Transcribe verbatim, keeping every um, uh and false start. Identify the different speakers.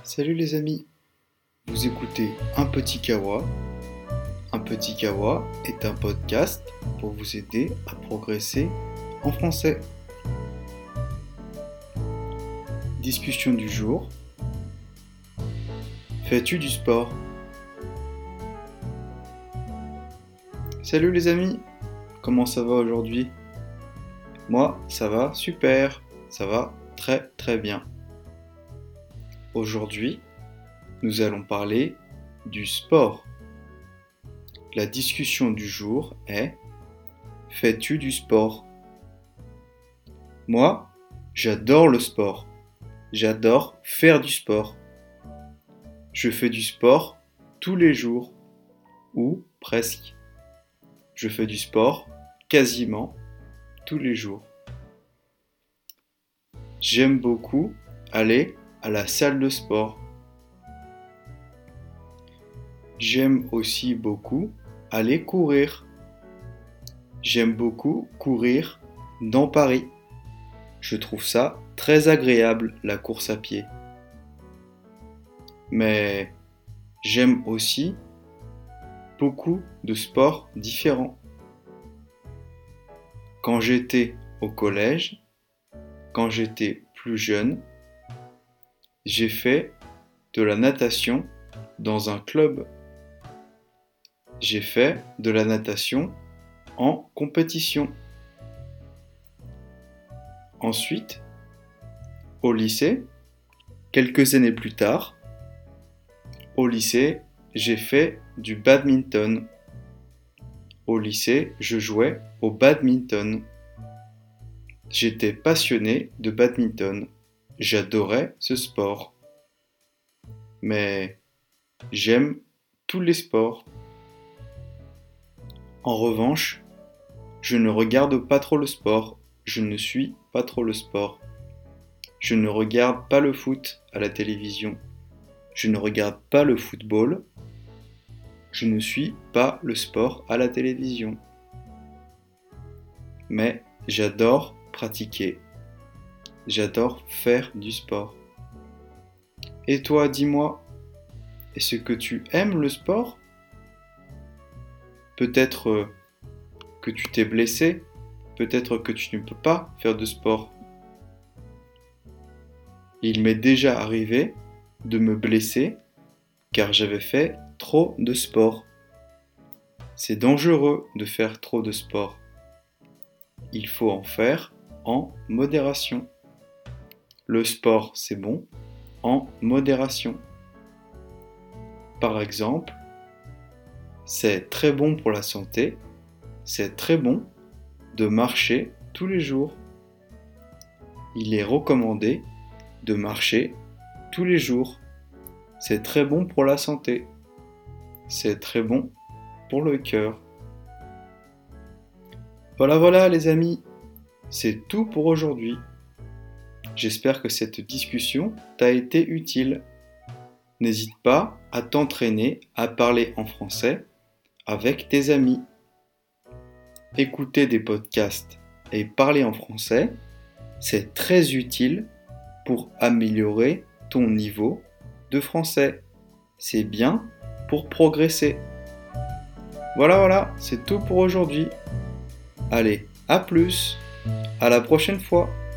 Speaker 1: Salut les amis, vous écoutez Un Petit Kawa. Un Petit Kawa est un podcast pour vous aider à progresser en français. Discussion du jour. Fais-tu du sport? Salut les amis, comment ça va aujourd'hui? Moi, ça va super, ça va très très bien. Aujourd'hui, nous allons parler du sport. La discussion du jour est: fais-tu du sport? Moi, j'adore le sport. J'adore faire du sport. Je fais du sport tous les jours, ou presque. Je fais du sport quasiment tous les jours. J'aime beaucoup aller à la salle de sport. J'aime aussi beaucoup aller courir. J'aime beaucoup courir dans Paris. Je trouve ça très agréable, la course à pied. Mais j'aime aussi beaucoup de sports différents. Quand j'étais au collège, quand j'étais plus jeune, j'ai fait de la natation dans un club. J'ai fait de la natation en compétition. Ensuite, au lycée, quelques années plus tard, au lycée, j'ai fait du badminton. Au lycée, je jouais au badminton. J'étais passionné de badminton. J'adorais ce sport. Mais j'aime tous les sports. En revanche, je ne regarde pas trop le sport. Je ne suis pas trop le sport. Je ne regarde pas le foot à la télévision. Je ne regarde pas le football. Je ne suis pas le sport à la télévision. Mais j'adore pratiquer. J'adore faire du sport. Et toi, dis-moi, est-ce que tu aimes le sport? Peut-être que tu t'es blessé, peut-être que tu ne peux pas faire de sport. Il m'est déjà arrivé de me blesser car j'avais fait trop de sport. C'est dangereux de faire trop de sport. Il faut en faire en modération. Le sport, c'est bon, en modération. Par exemple, c'est très bon pour la santé, c'est très bon de marcher tous les jours. Il est recommandé de marcher tous les jours. C'est très bon pour la santé. C'est très bon pour le cœur. Voilà, voilà les amis, c'est tout pour aujourd'hui. J'espère que cette discussion t'a été utile. N'hésite pas à t'entraîner à parler en français avec tes amis. Écouter des podcasts et parler en français, c'est très utile pour améliorer ton niveau de français. C'est bien pour progresser. Voilà, voilà, c'est tout pour aujourd'hui. Allez, à plus, à la prochaine fois.